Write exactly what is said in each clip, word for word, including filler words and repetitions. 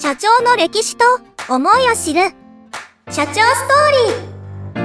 社長の歴史と思いを知る社長ストーリー。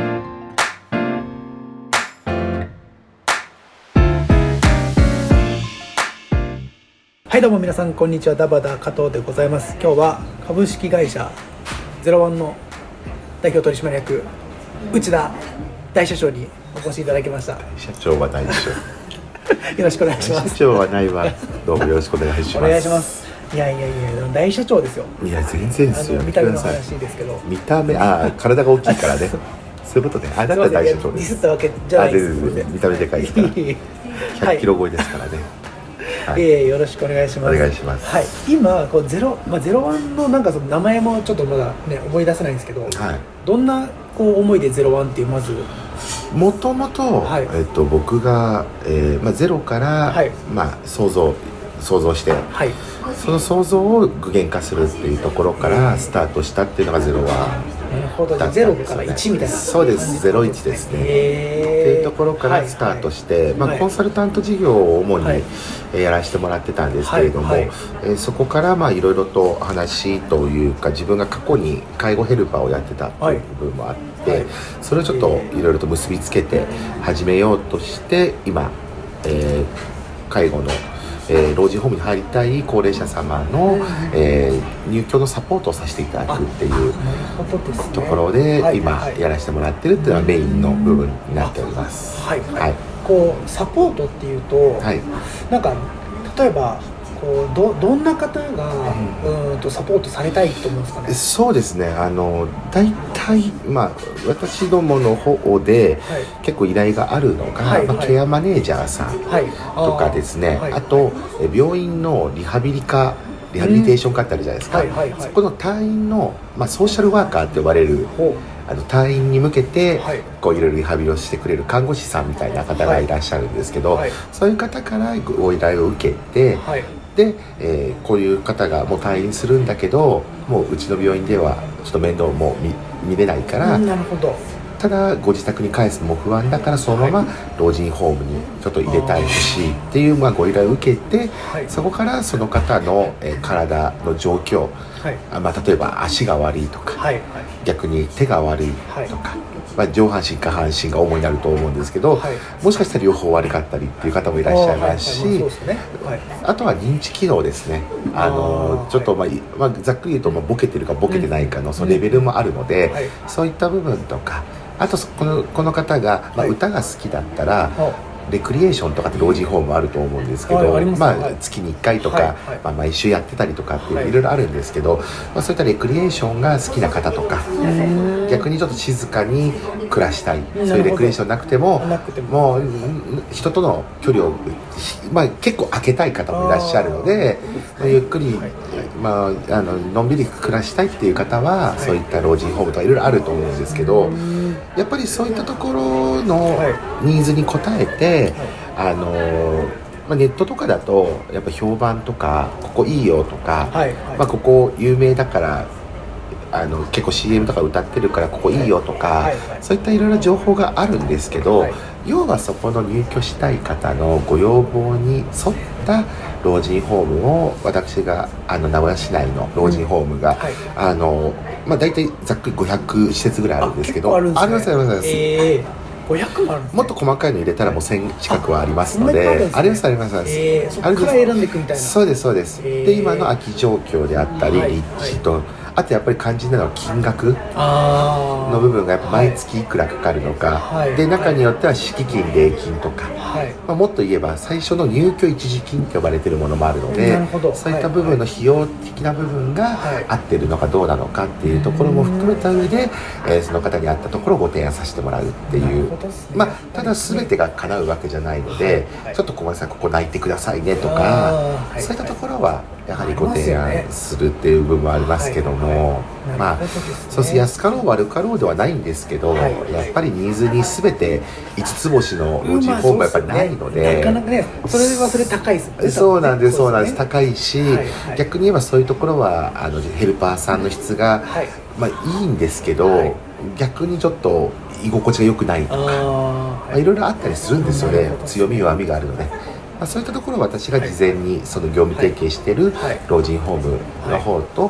はい、どうも皆さんこんにちは。ダバダ加藤でございます。今日は株式会社ゼロワンの代表取締役内田大社長にお越しいただきました。 社長はないでしょよろしくお願いします。 社長はないわ。どうもよろしくお願いします。 お願いします。いやいやいや、大社長ですよ。 いや全然ですよ。 見た目の話ですけど、 見た目、ああ体が大きいからねそういうことね。あ、だったら大社長です。 ディスったわけじゃないです。 見た目でかいですからひゃっキロ超えですからね。 はい、えー、よろしくお願いします。 お願いします。 はい、今こうゼロ、まあ、ゼロワンのなんかその名前もちょっとまだね思い出せないんですけど、はい、どんなこう思いでゼロワンっていうまずもともと僕が、えーまあ、ゼロから、はい、まあ、想像想像して、はい、その想像を具現化するっていうところからスタートしたっていうのがゼロワン。 なるほど。じゃあゼロからいちみたいな。 そうです。ゼロイチですね。っていうところからスタートして、はいはい、まあ、コンサルタント事業を主に、はい、やらせてもらってたんですけれども、はいはい、えー、そこからまあいろいろと話というか、自分が過去に介護ヘルパーをやってたっていう部分もあって、はいはい、それをちょっといろいろと結びつけて始めようとして今、えー、介護のえー、老人ホームに入りたい高齢者様の、えー、入居のサポートをさせていただくっていうところで今やらせてもらってるっていうのがメインの部分になっております。 はい、はい、こうサポートっていうと、はい、なんか例えばこう ど, どんな方が、うん、うんとサポートされたいと思うんですかね。 そうですね、あの大体、まあ、私どもの方で、はい、結構依頼があるのが、はい、まあ、ケアマネージャーさんとかですね、はい、あ, あと病院のリハビリ科リハビリテーション科ってあるじゃないですか、うん、はいはいはい、そこの隊員の、まあ、ソーシャルワーカーって呼ばれるあの隊員に向けて、はい、こういろいろリハビリをしてくれる看護師さんみたいな方がいらっしゃるんですけど、はい、そういう方からご依頼を受けて、はい、で、えー、こういう方がもう退院するんだけどもううちの病院ではちょっと面倒もう 見, 見れないから、 うん、なるほど。 ただご自宅に帰すのも不安だからそのまま老人ホームにちょっと入れたいしっていう、まあ、ご依頼を受けて、はい、そこからその方の、えー、体の状況、はい、あ、まあ、例えば足が悪いとか、はいはい、逆に手が悪いとか、はい、まあ、上半身下半身が主になると思うんですけど、はい、もしかしたら両方悪かったりっていう方もいらっしゃいますし、あとは認知機能ですね。あのちょっと、まあまあ、ざっくり言うと、まあ、ボケてるかボケてないかのそのレベルもあるので、うん、はい、そういった部分とか、あとこの、この方が、まあ、歌が好きだったら、はい、レクリエーションとかって老人ホームあると思うんですけど、はい、まあ、月にいっかいとか、はいはい、まあ、毎週やってたりとかっていう、はい、いろいろあるんですけど、まあ、そういったレクリエーションが好きな方とか、逆にちょっと静かに暮らしたい、そういうレクリエーションなくてももう人との距離を、まあ、結構空けたい方もいらっしゃるので、ゆっくり、まあ、あののんびり暮らしたいっていう方は、はい、そういった老人ホームとかいろいろあると思うんですけど、やっぱりそういったところのニーズに応えて、はい、あのまあ、ネットとかだとやっぱ評判とかここいいよとか、はいはい、まあ、ここ有名だからあの結構 シーエム とか歌ってるからここいいよとか、はいはいはい、そういったいろいろ情報があるんですけど、はい、要はそこの入居したい方のご要望に沿った老人ホームを私があの名古屋市内の老人ホームが、うん、はい、あのまあ、大体ざっくりごひゃく施設ぐらいあるんですけど、 あるんですね。 ありますありますあります、 えーごひゃくもあるんですね。 もっと細かいの入れたらもうせん近くはありますので、ありますありますあります、 えー、そこから選んでいくみたいな。 そうですそうです、えー、で今の空き状況であったり、はい、立地と、はい、あとやっぱり肝心なのは金額の部分がやっぱ毎月いくらかかるのか、はい、で中によっては敷金礼金とか、はい、まあ、もっと言えば最初の入居一時金って呼ばれているものもあるので、そういった部分の費用的な部分が合ってるのかどうなのかっていうところも含めた上で、えー、その方に合ったところをご提案させてもらうっていう、まあ、ただ全てが叶うわけじゃないので、はいはい、ちょっと小林さんここ泣いてくださいねとか、はい、そういったところはやはりご提案するっていう部分もありますけども、まあ、そうす安かろう悪かろうではないんですけど、はい、やっぱりニーズに全ていつつ星の老人ホームはやっぱりないので、 なかなかね、それはそれ高いですもんね。 そうなんです、そうなんです、高いし、はいはい、逆に言えばそういうところはあのヘルパーさんの質が、はい、まあいいんですけど、はい、逆にちょっと居心地が良くないとか、まあ、いろいろあったりするんですよね。強み弱みがあるので、まあ、そういったところを私が事前にその業務提携している老人ホームの方と、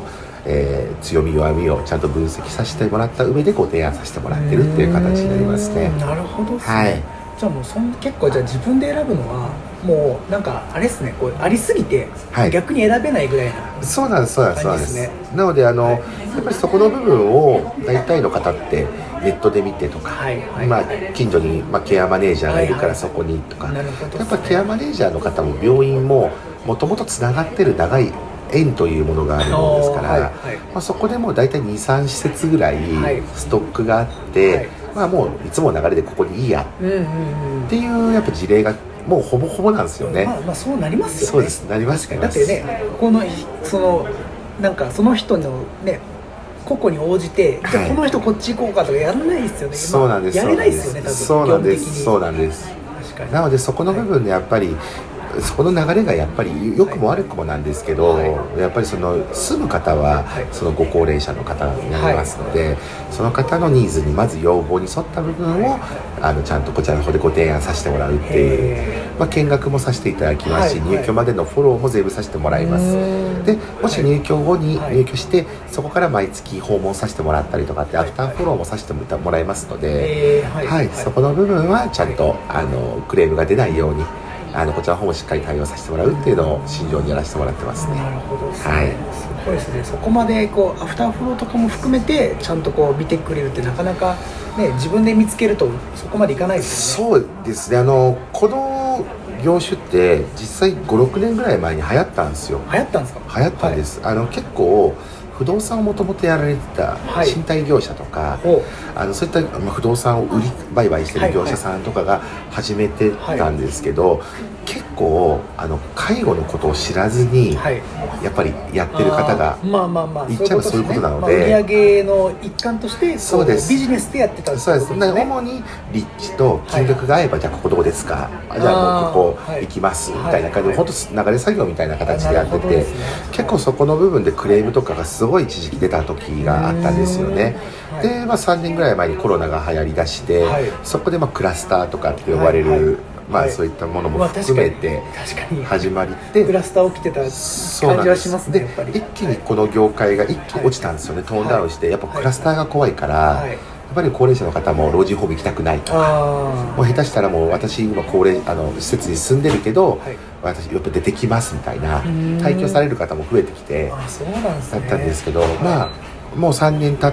えー、強み弱みをちゃんと分析させてもらった上でご提案させてもらってるっていう形になりますね。 なるほどですね、 はい、 じゃあもうそん結構じゃあ自分で選ぶのはもうなんかあれですね、こうありすぎて逆に選べないぐらいな、はい、 そうなんですそうなんですそうなんです。なのであの、はい、やっぱりそこの部分を大体の方ってネットで見てとか、はいはい、まあ、近所に、まあ、ケアマネージャーがいるからそこにとか、はいはい、やっぱケアマネージャーの方も病院ももともとつながってる長い縁というものがあるものですから、はいはい、まあ、そこでもう大体 にさん 施設ぐらいストックがあって、はい、まあ、もういつもの流れでここにいいやっていうやっぱ事例がもうほぼほぼなんですよね。 まあ、まあそうなりますよね。 そうです、なります。 だってね、このそのなんかその人のね個々に応じて、はい、じゃあこの人こっち行こうかとかやらないですよね。 そうなんです。 やれないですよね。多分そうなんです。そうなんです。確かに。なのでそこの部分でやっぱり、はい、そこの流れがやっぱり良くも悪くもなんですけど、はい、やっぱりその住む方はそのご高齢者の方になりますので、はい、その方のニーズにまず要望に沿った部分を、はい、あのちゃんとこちらの方でご提案させてもらうっていう、まあ、見学もさせていただきますし、はい、入居までのフォローも全部させてもらいます。でもし入居後に入居して、はい、そこから毎月訪問させてもらったりとかってアフターフォローもさせてもらいますので、はいはい、そこの部分はちゃんとあのクレームが出ないようにあのこちらの方もしっかり対応させてもらうっていうのを慎重にやらせてもらってますね。 なるほどですね、はい、すごいですね。そこまでこうアフターフローとかも含めてちゃんとこう見てくれるってなかなかね、自分で見つけるとそこまでいかないですよね。 そうですね。あのこの業種って実際ごろくねんぐらい前に流行ったんですよ。 流行ったんですか？ 流行ったんです、はい、あの結構不動産をもともとやられてた賃貸業者とか、はい、あのそういった不動産を売り売買してる業者さんとかが始めてたんですけど、はいはい、結構あの介護のことを知らずに、はい、やっぱりやってる方がまあまあまあ言っちゃえばそういうことなので、 まあ、売上の一環としてそうですビジネスでやってたんですね。 そうです。主に立地と金額が合えば、はい、じゃあここどこですか、じゃあもうここ行きます、はい、みたいな感じで、本当流れ作業みたいな形でやってて、ね、結構そこの部分でクレームとかがすごい一時期出た時があったんですよね。で、まあ、さんねんぐらい前にコロナが流行りだして、はい、そこでまあクラスターとかって呼ばれる、はいはい、まあ、そういったものも含めて始まりで、 クラスター起きてた感じはしますね。やっぱり一気にこの業界が一気に落ちたんですよね、はい、トーンダウンして。やっぱクラスターが怖いから、はい、やっぱり高齢者の方も老人ホーム行きたくないとか、もう下手したらもう私今高齢あの施設に住んでるけど、はい、私やっぱ出てきますみたいな退去される方も増えてきてだったんですけど、まあもうさんねん経って、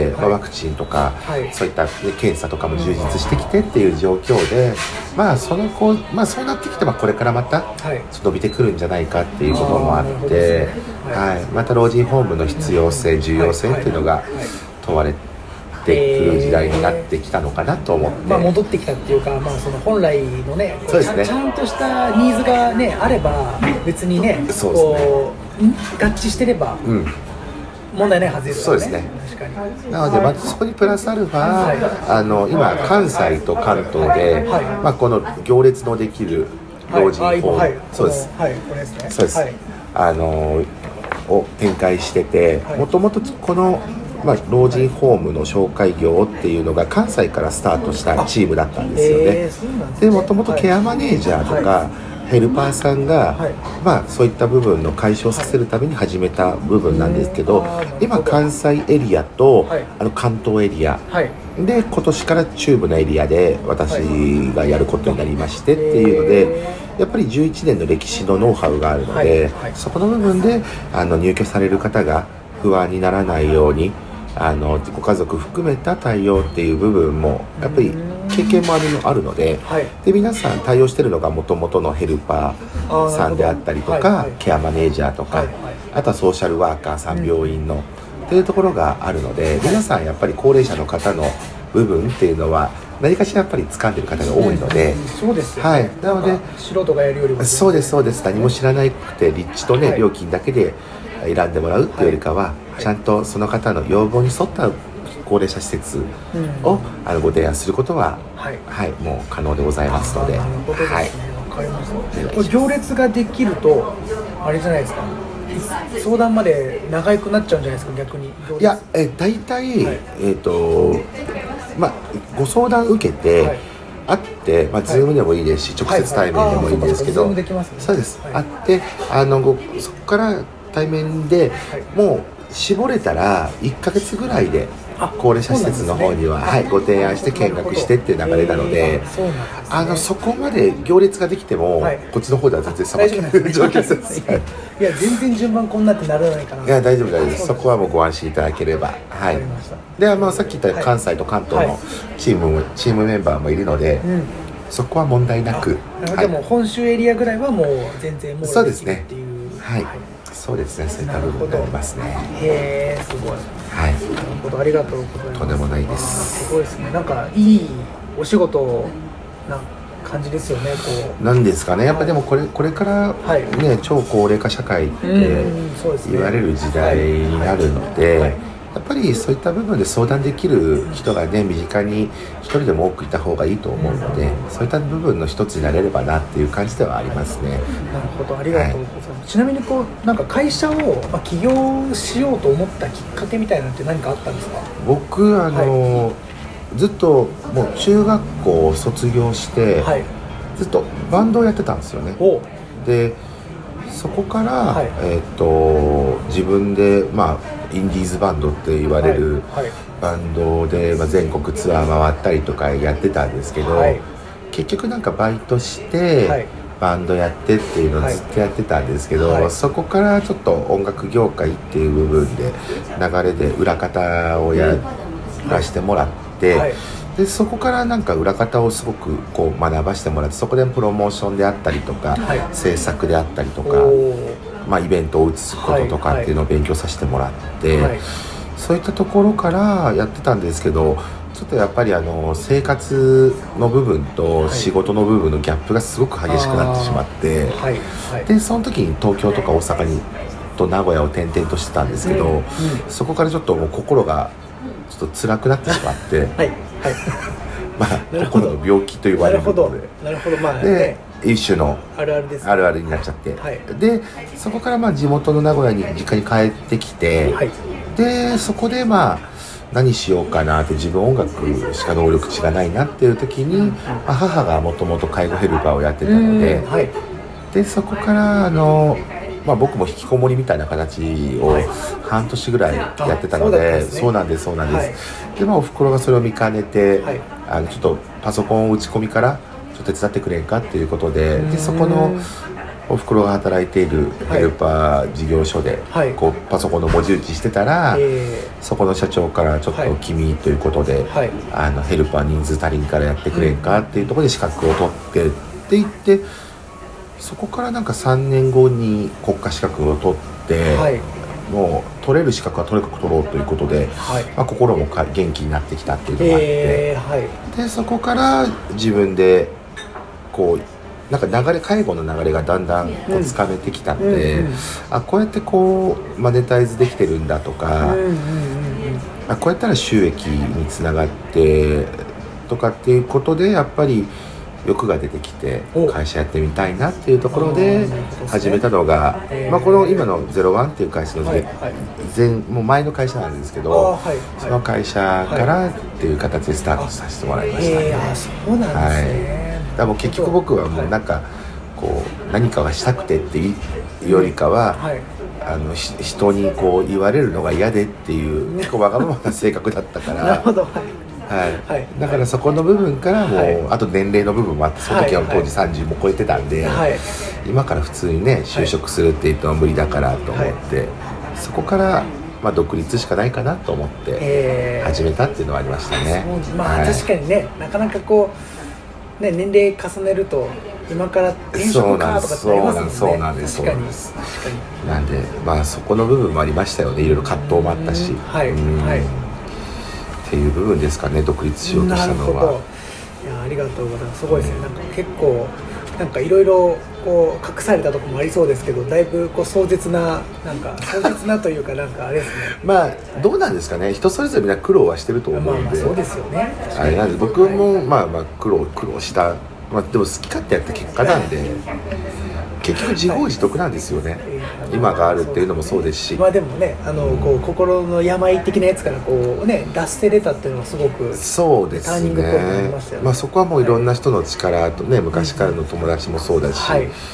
まあ、ワクチンとか、はい、そういった、ね、検査とかも充実してきてっていう状況で、まあそのこう、まあ、そうなってきて、まあ、これからまた伸びてくるんじゃないかっていうこともあって、はい、また老人ホームの必要性重要性っていうのが問われてくる時代になってきたのかなと思って、えーまあ、戻ってきたっていうか、まあ、その本来のね、 そうですね、 ちゃんとしたニーズが、ね、あれば別にね、 そうですね、 こう合致してれば、うん、問題ないはずですよね。 そうですね。確かに。なのでまずそこにプラスアルファ、はい、あの今関西と関東で、はい、まあこの行列のできる老人ホーム、はい、そうです。 はい、これですね。 そうです。はい、あのを展開してて、もともとこのまあ老人ホームの紹介業っていうのが関西からスタートしたチームだったんですよね。えー、でもともとケアマネージャーとか、はいはい、ヘルパーさんが、はい、まあ、そういった部分の解消させるために始めた部分なんですけど、はい、今関西エリアと、はい、あの関東エリア、はい、で今年から中部のエリアで私がやることになりましてっていうので、やっぱりじゅういちねんの歴史のノウハウがあるので、はいはい、そこの部分であの入居される方が不安にならないように、あのご家族含めた対応っていう部分もやっぱり経験もあるの、あるので、はい、で皆さん対応してるのがもともとのヘルパーさんであったりとか、はいはい、ケアマネージャーとか、はいはい、あとはソーシャルワーカーさん、うん、病院のっていうところがあるので、皆さんやっぱり高齢者の方の部分っていうのは何かしらやっぱり掴んでる方が多いので、 うん、そうですよね、 はい、なので素人がやるよりもそうですそうです、何も知らなくて立地とね、はい、料金だけで選んでもらうっていうよりかは、はい、ちゃんとその方の要望に沿った高齢者施設を、うん、あのご提案することは、はいはい、もう可能でございますので。 なるほどですね、はい、分かります。これ行列ができるとあれじゃないですか、相談まで長くなっちゃうんじゃないですか、逆に。 いや、え大体、はい、えーとまあ、ご相談受けて、はい、会って、まあ、ズームでもいいですし、はい、直接対面でもいいんですけど、 はいはい、 そうです、 はい、 会ってあのごそこから対面で、はい、もう絞れたらいっかげつぐらいで高齢者施設の方には、ね、はい、ご提案して見学してっていう流れなので、えーそ, ね、あのそこまで行列ができても、はい、こっちの方では全然さばけない状況です。 いや全然順番こんなってならないかな。 いや大丈夫大丈夫です。そこはもうご安心いただければ。はい。で、まあ、さっき言った関西と関東のチームも、はい、チームメンバーもいるので、うん、そこは問題なく。 でも本州エリアぐらいはもう全然もうそうですね。はい。そうですね。そういった部分がありますね。 へえ、すごい。 はい。なるほど、ありがとうございます。 とんでもないです。 すごいですね。なんかいいお仕事な感じですよね。こう。 なんですかね。やっぱでもこれこれからね、はい、超高齢化社会って言われる時代になるので。はいはいはい、やっぱりそういった部分で相談できる人がね身近に一人でも多くいた方がいいと思うので、そういった部分の一つになれればなっていう感じではありますね。 なるほど、ありがとうございます。はい、ちなみにこうなんか会社を、まあ、起業しようと思ったきっかけみたいなのって何かあったんですか？ 僕あの、はい、ずっともう中学校を卒業して、はい、ずっとバンドをやってたんですよね。でそこから、はい、えー、と自分で、まあ、インディーズバンドって言われるバンドで、まあ、全国ツアー回ったりとかやってたんですけど、はい、結局なんかバイトして、はい、バンドやってっていうのをずっとやってたんですけど、はい、そこからちょっと音楽業界っていう部分で流れで裏方をやらせてもらって、はい、でそこからなんか裏方をすごくこう学ばせてもらって、そこでプロモーションであったりとか、はい、制作であったりとか、まあ、イベントを移すこととかっていうのを勉強させてもらって、はいはい、そういったところからやってたんですけど、ちょっとやっぱりあの生活の部分と仕事の部分のギャップがすごく激しくなってしまって、はいはい、でその時に東京とか大阪にと名古屋を転々としてたんですけど、うんうん、そこからちょっともう心がちょっと辛くなってしまってはい、はいまあ、心の病気と言われるので、 なるほど、まあ、 で一種のあるあるです、 あるあるになっちゃって、はい、でそこからまあ地元の名古屋に実家に帰ってきて、はい、でそこでまあ何しようかなって、自分音楽しか能力値がないなっていう時に、まあ、母がもともと介護ヘルパーをやってたので、はい、でそこからあの、まあ、僕も引きこもりみたいな形を半年ぐらいやってたので、はい、そうなんですそうなんです、はい、でまあおふくろがそれを見かねて、はい、あのちょっとパソコン打ち込みからちょっと手伝ってくれんかっていうことで、でそこのおふくろが働いているヘルパー事業所で、はい、こうパソコンの文字打ちしてたら、はい、そこの社長からちょっと君ということで、はい、あのヘルパー人数足りんからやってくれんかっていうところで資格を取ってって言って、そこからなんかさんねんごに国家資格を取って、はい、もう取れる資格はとにかく取ろうということで、はい、まあ、心もか元気になってきたっていうのがあって、えーはい、でそこから自分でこうなんか流れ介護の流れがだんだんこうつかめてきたんで、うんうんうん、あこうやってこうマネタイズできてるんだとか、うんうんうん、あこうやったら収益につながってとかっていうことでやっぱり欲が出てきて会社やってみたいなっていうところで始めたのが、まあ、この今のゼロワンっていう会社の前、もう前の会社なんですけど、その会社からっていう形でスタートさせてもらいましたね。 あ、そうなんですね。 はい、だからもう結局僕はもうなんかこう何かがしたくてっていうよりかは、あの人にこう言われるのが嫌でっていう結構わがままな性格だったからなるほど、 はいはい、だからそこの部分からもう、はい、あと年齢の部分もあって、その時は当時さんじゅうも超えてたんで、はい、今から普通にね就職するって言っても無理だからと思って、はい、そこから、まあ、独立しかないかなと思って始めたっていうのはありましたね。 そう、まあ、はい、確かにね、なかなかこう、ね、年齢重ねると今から転職かとかってありますもんね。 そうなんです、そうなんです、確かに。なんで、まあ、そこの部分もありましたよね。いろいろ葛藤もあったし、はい、はい、っていう部分ですかね、独立しようとしたのは。なるほど。 いや、ありがとうございます。すごいですね。なんか結構なんかいろいろこう隠されたところもありそうですけど、だいぶこう壮絶ななんか壮絶なというかなんかあれですね。 まあどうなんですかね。人それぞれみんな苦労はしてると思うんで。 まあまあそうですよね。 あれなんで僕もまあまあ苦労苦労した。まあでも好き勝手やった結果なんで。結局自業自得なんですよね、はい、今があるっていうのもそうですし、 まあでもね、あのこう心の病的なやつからこうね脱せれたっていうのはすごくそうですね、 ターニングポイントになりましたよね。 まあそこはもういろんな人の力とね、昔からの友達もそうだし、はい、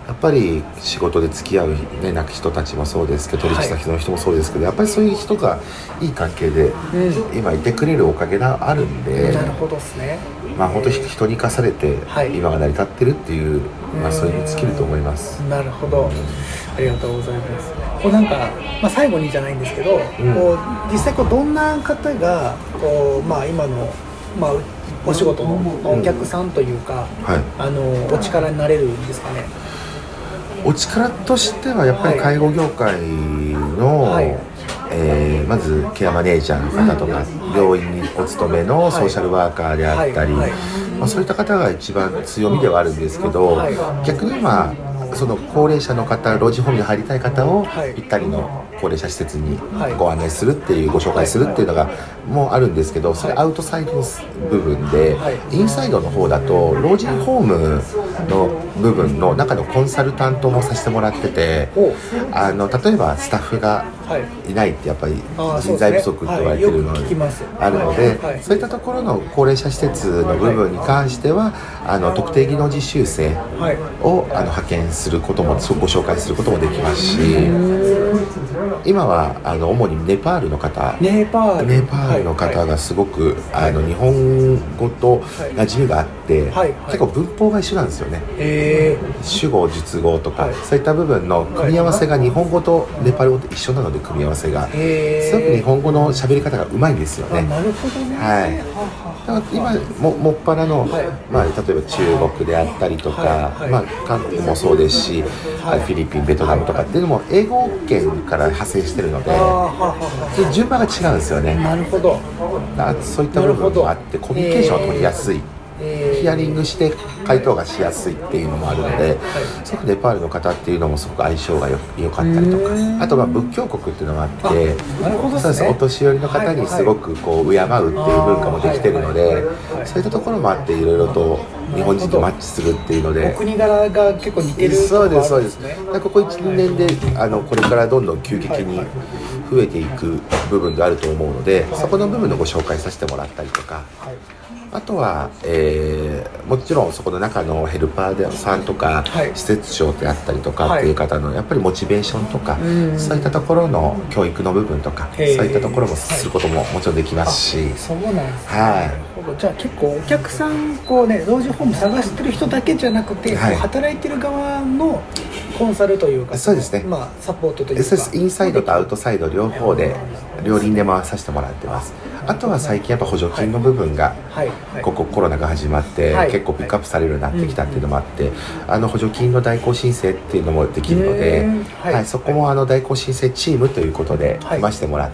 やっぱり仕事で付き合う、ね、なく人たちもそうですけど取引先の人もそうですけど、はい、やっぱりそういう人がいい関係で、うん、今いてくれるおかげがあるんで、 なるほどですね。 まあ本当人に生かされて今が成り立ってるっていう、はい、まあ、それに尽きると思います。 なるほど、うん、ありがとうございます。こうなんか、まあ、最後にじゃないんですけど、うん、こう実際こうどんな方がこう、まあ、今の、まあ、お仕事のお客さんというか、うん、はい、あのお力になれるんですかね。 お力としてはやっぱり介護業界の、はい、えー、まずケアマネージャーの方とか、うん、病院にお勤めのソーシャルワーカーであったり、はいはいはい、まあ、そういった方が一番強みではあるんですけど、はい、逆に今その高齢者の方、老人ホームに入りたい方をぴったりの高齢者施設にご案内するっていう、ご紹介するっていうのがもうあるんですけど、それアウトサイドの部分で、インサイドの方だと老人ホームの部分の中のコンサルタントもさせてもらってて、あの例えばスタッフがいないってやっぱり人材不足って言われてるのがあるので、そういったところの高齢者施設の部分に関してはあの特定技能実習生をあの派遣することもご紹介することもできますし、今はあの主にネパールの方ネパール、 ネパールの方がすごく、はい、あの日本語と馴染みがあって、はい、結構文法が一緒なんですよね、えー、主語述語とか、はい、そういった部分の組み合わせが日本語とネパール語と一緒なので、組み合わせが、えー、すごく日本語の喋り方がうまいんですよね。 なるほどね、 はい、だから今ももっぱらの、はい、まあ、例えば中国であったりとか、はいはい、まあ、韓国もそうですし、はい、フィリピン、ベトナムとかっていうのも英語圏から派生してるので、で順番が違うんですよね。 なるほど。 だそういった部分もあってコミュニケーションを取りやすい、えー、ヒアリングして回答がしやすいっていうのもあるので、はいはい、すごくネパールの方っていうのもすごく相性がよ良かったりとか、あとまあ仏教国っていうのがあって、 なるほどですね、 そうです、お年寄りの方にすごくこう敬うっていう文化もできてるので、そういったところもあっていろいろと日本人とマッチするっていうので、 お国柄が結構似てるところがあるんですね。そうですそうです。 ここ いちにねんであのこれからどんどん急激に増えていく部分であると思うので、そこの部分のご紹介させてもらったりとか、はい、あとは、えー、もちろんそこの中のヘルパーさんとか、はい、施設長であったりとかっていう方のやっぱりモチベーションとか、はい、そういったところの教育の部分とか、そういったところもすることももちろんできますし、はい、 そうなんですね、 はい、 じゃあ結構お客さんこうね、老人ホーム探してる人だけじゃなくて、はい、働いてる側のコンサルというか、 そうですね、 まあ、サポートというか、 そうです、インサイドとアウトサイド両方で両輪で回させてもらってます。あとは最近やっぱ補助金の部分が、はいはい、ここコロナが始まって、はい、結構ピックアップされるようになってきたっていうのもあって、うん、あの補助金の代行申請っていうのもできるので、はいはい、そこもあの代行申請チームということで組ましてもらって、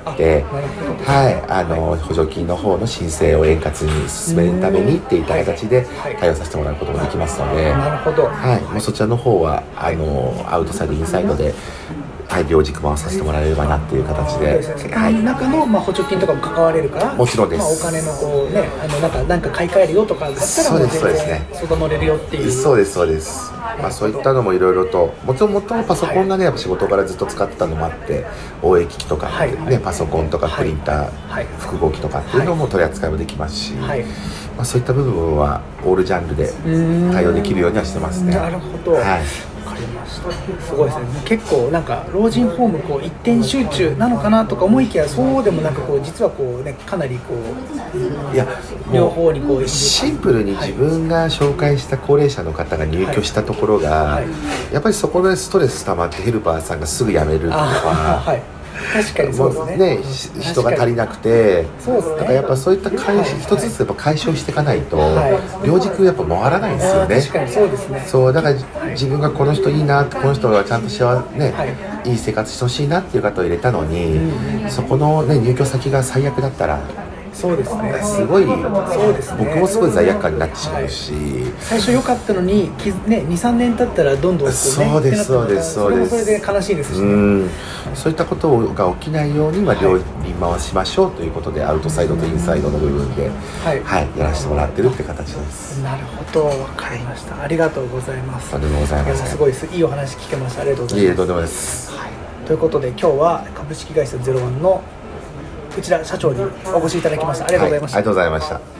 はいはい、あの補助金の方の申請を円滑に進めるためにっていった形で対応させてもらうこともできますので、 なるほど、 はい、もうそちらの方はあのアウトサイドインサイドで、はい、両軸回させてもらえればなっていう形で、 はい、中の、まあ、補助金とかも関われるから、 もちろんです、 まあ、お金のこうね、あのなんかなんか買い替えるよとかだったらもう全然相談乗れるよっていう。 そうですそうです、まあ、そういったのもいろいろと、もちろんもともとパソコンがね、やっぱ仕事からずっと使ってたのもあって、応援機器とか、ね、はい、パソコンとかプリンター、はい、複合機とかっていうのも取り扱いもできますし、はい、まあ、そういった部分はオールジャンルで対応できるようにはしてますね。 なるほど、はい、すごいですね。結構なんか老人ホームこう一点集中なのかなとか思いきや、そうでもなく、こう実はこうね、かなりこう、いや両方にこうシンプルに自分が紹介した高齢者の方が入居したところが、はいはい、やっぱりそこでストレス溜まってヘルパーさんがすぐ辞めるとか、はい、 確かにそうですね、 ね、人が足りなくて、そうですね、だからやっぱそういった解消、一つずつやっぱ解消していかないと、はい、両軸やっぱ回らないんですよね。 確かにそうですね。 そうだから自分がこの人いいなって、この人がちゃんと幸せね、はい、いい生活してほしいなっていう方を入れたのに、うん、そこの、ね、入居先が最悪だったら、 そうですね、 すごい、そうですね、僕もすごい罪悪感になってしまうし、はい、 最初良かったのに、ね、にさんねん経ったらどんどんこう、ね、 そうですそうですそうです、 それもそれで悲しいですしね、 うん、そういったことが起きないように、まあ、両輪回しましょうということで、アウトサイドとインサイドの部分で、はいはい、やらせてもらってるって形です。 なるほど、分かりました。ありがとうございます。 とんでもございません。 すごいいいお話聞けました。ありがとうございます。 いえ、とんでもないです、 はい、ということで今日は株式会社ゼロワンの内田社長にお越しいただきました。ありがとうございました。 はい、ありがとうございました。